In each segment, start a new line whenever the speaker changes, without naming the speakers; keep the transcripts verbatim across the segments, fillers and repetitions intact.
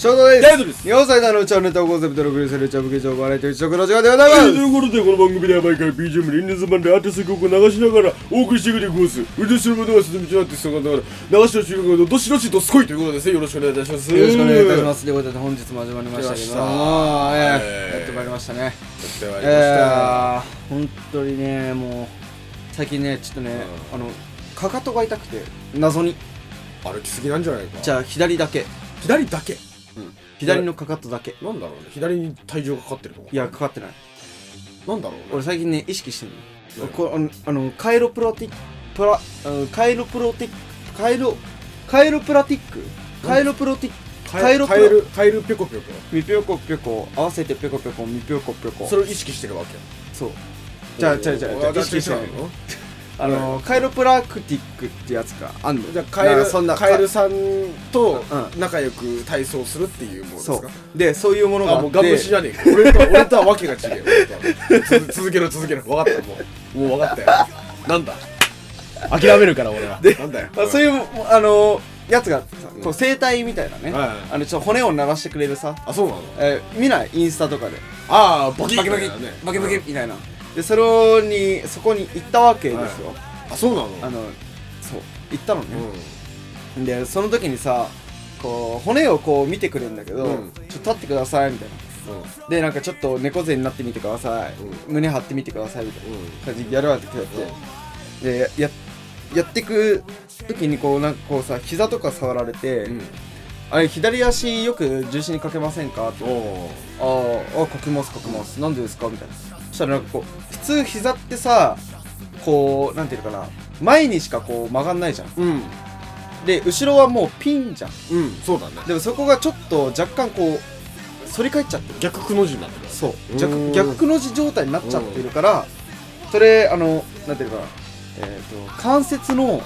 ちょうどです。
大丈夫です。
よんさいのうちはネタをコンセプトのグリセルチャブゲ情報バラエティー食の時間でございます。
ということでこの番組では毎回 ビージーエム リンネズマンでアーティスト曲を流しながらお送りしていくでございます。うでしろことが進みちゃうアーティストがだから流しの中学のどしどしとすこいということですね。よろしくお願いいたします。
よろしくお願いいたします。ということで本日も始まりましたけども、
え
や
ー
ってまいりましたね。
やってまいりました。
えー、本当にね、もう最近ねちょっとね、あのかかとが痛くて謎に
歩きすぎなんじゃないか。
じゃあ左だけ、
左だけ。
うん、左のかかとだけ。
なんだろうね。左に体重がかかってるのか。
いやかかってない。
なんだろうね。
俺最近ね意識してるの。こあのあのカイロプロティックプラあのカイロプロティックカイロカイロプラティックカイロプロティック
カエルカエルカエルぴょこぴょこ
みぴょこぴょこ合わせてぴょこぴょこみぴょこぴょこ。
それを意識してるわけ。
そう。じゃあじゃあじゃあじゃあ意識してないの。あのカイロプラクティックってやつがあんの。
じゃあカエル
そんな
カエルさんと仲良く体操するっていうものですか。
そうでそういうものがあって。
あもうガン無視じゃねえか。俺と俺とはわけが違うよ。つ続けろ続けろ。分かったもうもう分かったよ。なんだ。諦めるから俺は。
で
なんだよ。
まあそういうあのやつがさこう整体みたいなね。
はい
あのちょっと骨を鳴らしてくれるさ。
あそうなの。
え見ないインスタとかで。
ああバキ
バキバキ
ね
バキバキみたいな。でそれにそこに行ったわけですよ。
あそうなの。
あのそう行ったのね。でその時にさこう骨をこう見てくるんだけど、ちょっと立ってくださいみたいな。でなんかちょっと猫背になってみてください、胸張ってみてくださいみたいな感じでやるわけで、でややってく時にこうなんかこうさ膝とか触られて、あれ左足よく重心にかけませんかって。あああかけますかけます、なんでですかみたいな。そしたらなんかこう普通膝ってさこうなんていうのかな、前にしかこう曲がんないじゃん。うんで後ろはもうピンじゃん。
うんそうだね。
でもそこがちょっと若干こう反り返っちゃってる。
逆くの字になってる。
そう逆逆くの字状態になっちゃってるから、それあのなんていうかな、えっと関節の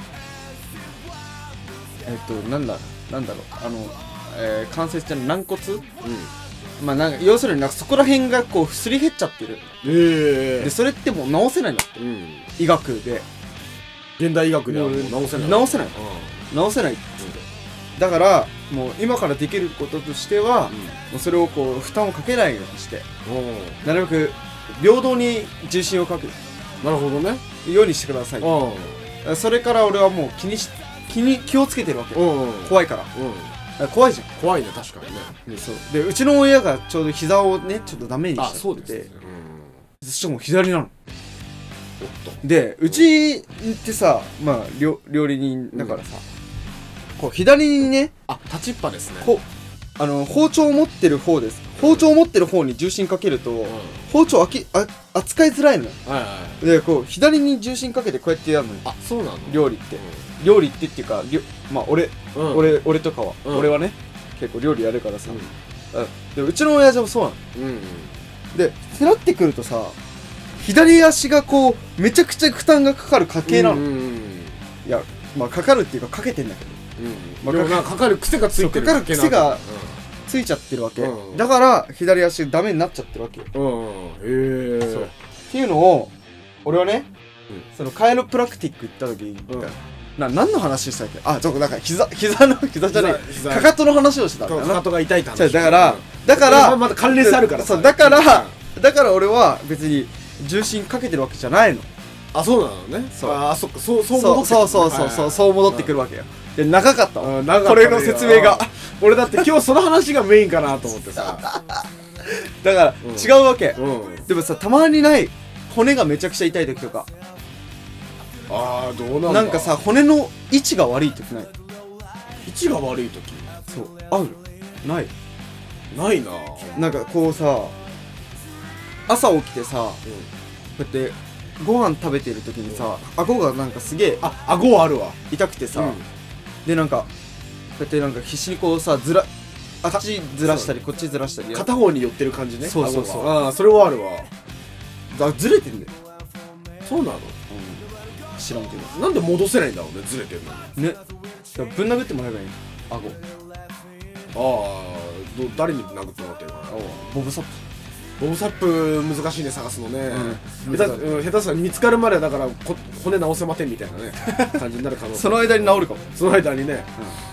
えっとなんだなんだろうあの、えー、関節じゃない軟骨、まあなんか要するになんかそこら辺がこうすり減っちゃってる。えでそれってもう治せないんだって、医学で
現代医学ではもう治せない
治せない治せないってだからもう今からできることとしては、もうそれをこう負担をかけないようにしてなるべく平等に重心をかける
なるほどね
ようにしてください。それから俺はもう気にし気に気をつけてるわけ。怖いから怖いじゃん。
怖いね確かにね。
そうでうちの親がちょうど膝をねちょっとダメにしちゃってて、そしてもう左なの。でうちってさまあ料理人だからさ、こう左にね
あ立ちっぱですね。
こあの包丁を持ってる方です。包丁を持ってる方に重心かけると、包丁あきあ扱いづらいのよ。でこう左に重心かけてこうやってやるのよ。
あそうなの。
料理って料理ってっていうかまあ俺俺俺とかは俺はね結構料理やるからさ、でうちの親父もそうなの。でってなってくるとさ左足がこうめちゃくちゃ負担がかかる家系なの。いやまあかかるっていうかかけてんだけど、
まあ、か, かかる癖がついてる。
かかる癖がついちゃってるわけ、うん、だから左足ダメになっちゃってるわけよ。うん、へえ。そうっていうのを俺はね、うん、そのカイロプラクティック行った時に、うん、な何の話したっけ。あそうだから膝膝の膝じゃないかかとの話をしてたんだよな。
かかとが痛いって話。
だからだから
まだ関連性あるからさ。
そうだからだから俺は別に重心かけてるわけじゃないの。
あそうなのね。そうあそっかそうそう戻ってくる。
そうそうそうそうそう戻ってくるわけよ。で長かったわこれの説明が。
俺だって今日その話がメインかなと思ってさ。
だから違うわけ。でもさたまにない骨がめちゃくちゃ痛い時とか。
ああどうなんだ。
なんかさ骨の位置が悪い時ない。
位置が悪い時。
そうあるない
ないな。
なんかこうさ朝起きてさ、こうやってご飯食べてる時にさ顎がなんかすげえ
あ顎はあるわ
痛くてさ、でなんかこうやってなんか必死にこうさずらあっちずらしたりこっちずらしたり
片方に寄ってる感じね。
そうそうそう。
ああそれはあるわ。
だずれてんだよ。
そうなの。
知らんけど
なんで戻せないんだろうねずれてるのに
ね。ぶん殴ってもらえばいい顎。
ああ誰に殴ってもらってるかな。
ボブサップ。
ボブサップ難しいね探すのね。下手下手したら見つかるまでだから骨直せませんみたいなね感じになる可能性。
その間に治るかも。
その間にね。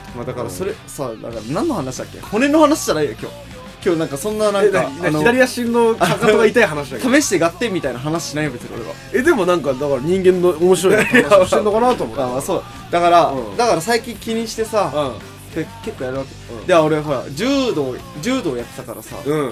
まあだからそれ、うん、さだから何の話だっけ。骨の話じゃないよ今日。今日なんかそんななんか
あの左足のかかとが痛い話だけど
試して合点みたいな話しないよ別に俺は。
えでもなんかだから人間の面白い話をしてんのかなと思って。
ああそうだから、うん、だから最近気にしてさ、うん、結構やるわけ、うん、で俺ほら柔道柔道やってたからさ、うん、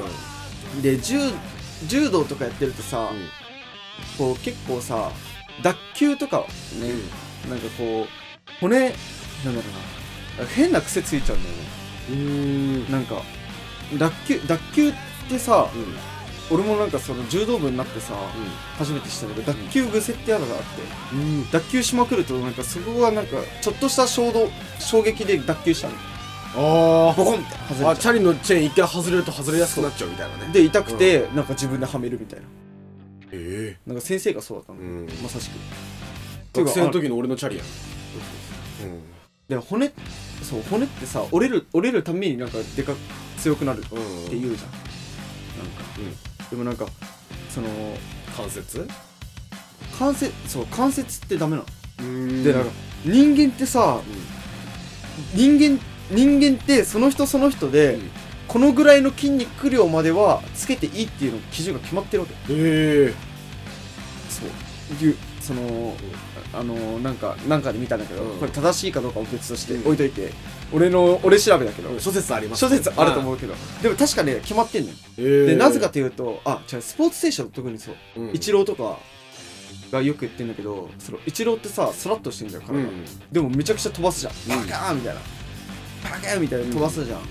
で柔柔道とかやってるとさ、うん、こう結構さ脱臼とかね、うん、なんかこう骨なんだろうな変な癖ついちゃうんだよね。うーんなんか脱臼脱臼ってさ、うん、俺もなんかその柔道部になってさ、うん、初めて知ったんだけど脱臼癖ってやるのがあって、うん、脱臼しまくるとなんかそこがなんかちょっとした衝動衝撃で脱臼したの。あーボコンって外れちゃう。
あチャリのチェーン一回外れると外れやすくなっちゃうみたいなね。
で痛くて、うん、なんか自分ではめるみたいな。
ええー、
なんか先生がそうだったの、うん、まさしく
学生の時の俺のチャリやん。
うん、で骨そう骨ってさ折れる折れるためになんかでか強くなるって言うじゃん、うんうん、なんか、うん、でもなんかその
関節
関節そう関節ってダメなの。うーんでなんか人間ってさ、うん、人間人間ってその人その人で、うん、このぐらいの筋肉量まではつけていいっていうの基準が決まってるわけ。へえそういうその、うんあのー、なんかなんかで見たんだけど、うん、これ正しいかどうかを別として置いといて、うん、俺の俺調べだけど、
うん、諸説あります、ね、
諸説あると思うけど、でも確かね決まってんのよ。でなぜかというとあじゃあスポーツ選手は特にそう、うん、イチローとかがよく言ってんだけどそのイチローってさスラッとしてんじゃん体、うん、でもめちゃくちゃ飛ばすじゃん、うん、バカーンみたいなバカーンみたいな飛ばすじゃん、うん、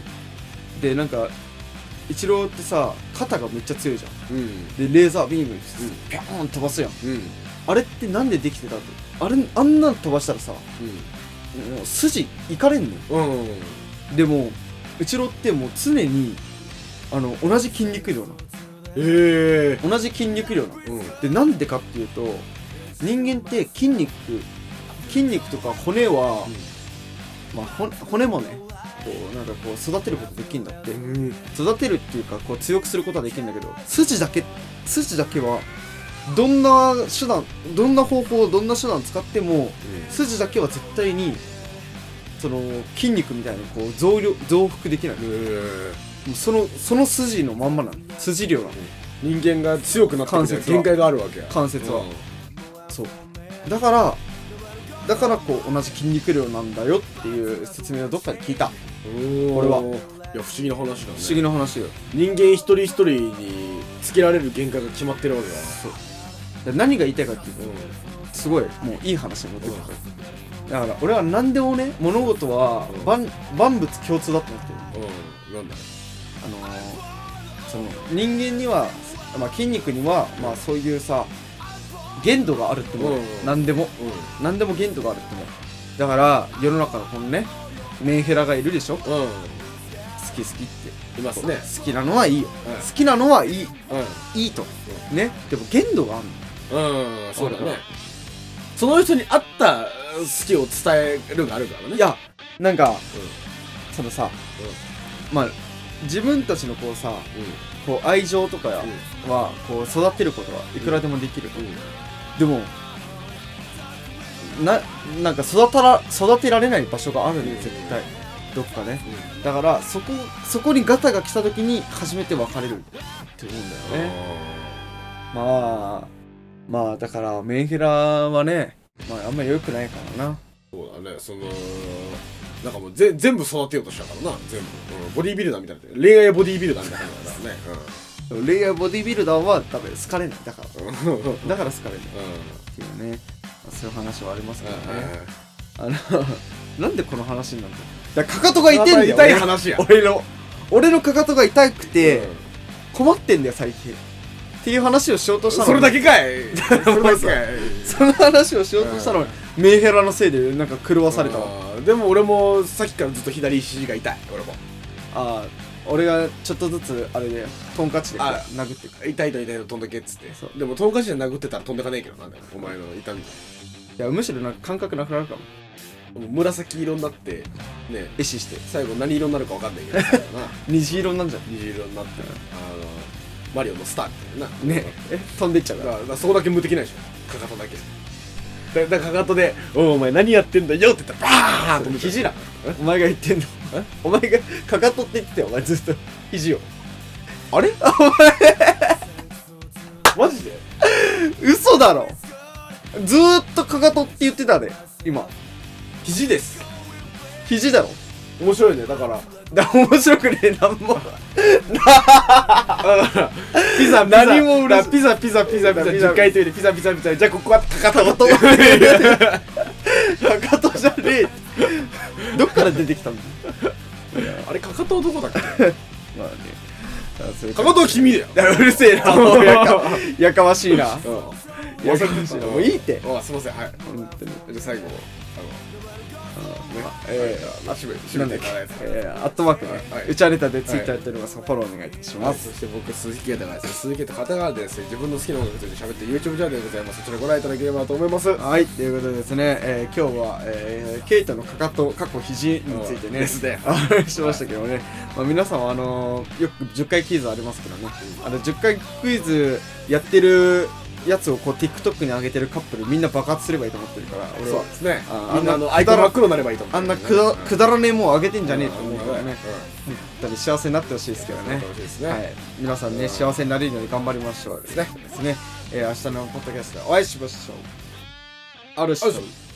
でなんかイチローってさ肩がめっちゃ強いじゃん、うん、でレーザービームピョーン飛ばすやん、うん、あれってなんでできてたってあれあんなん飛ばしたらさ、うん、もう筋いかれんのよ、うんうんうん、でもイチローってもう常にあの同じ筋肉量なの。へー同じ筋肉量なの、うん、でなんでかっていうと人間って筋肉筋肉とか骨は、うんまあ、骨, 骨もねこうなんかこう育てることできるんだって、うん、育てるっていうかこう強くすることはできるんだけど筋だけ筋だけはどんな手段どんな方法どんな手段使っても、うん、筋だけは絶対にその筋肉みたいにこう増量増幅できない。もうそのその筋のまんまなの筋量なの。
人間が強くなってる限界があるわけや
関節は、うん、そうだからだからこう同じ筋肉量なんだよっていう説明をどっかで聞いた。これはい
や不思議な話だね。
不思議な話よ。
人間一人一人につけられる限界が決まってるわけだ。
そう何が言いたいかっていうと、うん、すごいもういい話に持ってくる、うん、だから俺は何でもね物事は、うん、万, 万物共通だと思ってる、うん、なんだあのー、その人間には、まあ、筋肉には、まあ、そういうさ限度があるっても、うん、何でも、うん、何でも限度があるってもだから世の中のこのねメンヘラがいるでしょ、うん、好き好きっていますね。好きなのはいいよ、うん、好きなのはいい、うん、いいと、うん、ねでも限度があるの。
うんそうだね。その人に合った好きを伝えるがあるからね。
いやなんか、うん、そのさ、うん、まあ自分たちのこうさ、うん、こう愛情とかは、うん、こう育てることはいくらでもできる、うん、でもななんか育たら育てられない場所があるんで、うん、絶対どっかね、うん、だからそこそこにガタが来た時に初めて別れるって思うんだよね。まあまあだからメンヘラはね、まああんまり良くないからな。
そうだね、そのなんかもうぜ全部育てようとしたからな、全部、うん、ボディービルダーみたいな、恋愛ボディービルダーみたいな感じだからね、
うん、恋愛ボディービルダーは多分好かれないだからだから好かれない、うん、っていうね、そういう話はありますからね、あのなんでこの話になっただからかかとが痛いんだよ。
痛い話や。
俺の俺のかかとが痛くて困ってんだよ最近っていう話をしようとしたの。
それだけかいそれだけかい
その話をしようとしたのに、うん、メンヘラのせいでなんか狂わされたわ。
でも俺もさっきからずっと左肘が痛い。俺も
ああ俺がちょっとずつあれでトンカチで殴ってく
る。痛いと痛いと飛んでけっつって。でもトンカチで殴ってたら飛んでかねえけどなんだよお前の痛み。い
やむしろなんか感覚なくなるかも。
紫色になってね
壊死して
最後何色になるか分かんないけど
虹色になんじゃん。
虹色になって、うん、あのマリオのスターみたいな
ねえ飛んでっちゃうから、
だからそこだけ無敵ないでしょかかとだけだだからかかとで「おお前何やってんだよ」って言ったらバーンと
肘なお前が言ってんのお前がかかとって言ってたよお前ずっと肘を
あれマジで
嘘だろずーっとかかとって言ってたで今
肘です
肘だろ
面白いねだから
だ面白くねえなんも
ピザ
何もうるさ
ピザピザピザピザ
ピザ
じゅっかい言ってピザピザピザじゃあここはかか
かか
と
とかかとじゃねえどっから出てきたんだ
あれかかとどこだっけ
まあね
かかとは君だよ
いやうるせえなもうやかやかましいな
うん
やかましいなもういいって
あすいませんはい
本当に
じゃあ最後あの
え
ー、あ、締め、締
なんだっけ
めていただいて。
えー、アットマークね、
はいう
ちはネタでツイッターやっております、フォローお願いいたし
ま、
ますす。
そして僕、鈴木啓太がですね、鈴木啓太片側でですね、自分の好きな音楽について喋って YouTube チャンネルでございます。そちらご覧いただければと思います。
はい、ということでですね、えー、今日は、えー、ケイトのかかと、過去肘についてね、
ですね
話しましたけどね、まあ、皆さんはあのー、よくじゅっかいクイズありますけどね、あのじゅっかいクイズやってるやつをこう TikTok に上げてるカップルみんな爆発すればいいと思ってるから俺は
そうですね。
あ
みんなあの、
あんな
アイコン真っ黒になればいいと思う。
あんなくだくだらねえもん上げてんじゃねえと思うからね、
うん
本当に幸せになってほしいですけどね。
楽しいですね。
はい、皆さんね幸せになれるように頑張りましょうですね。ですね、えー、明日のポッドキャストでお会いしましょう。ある人。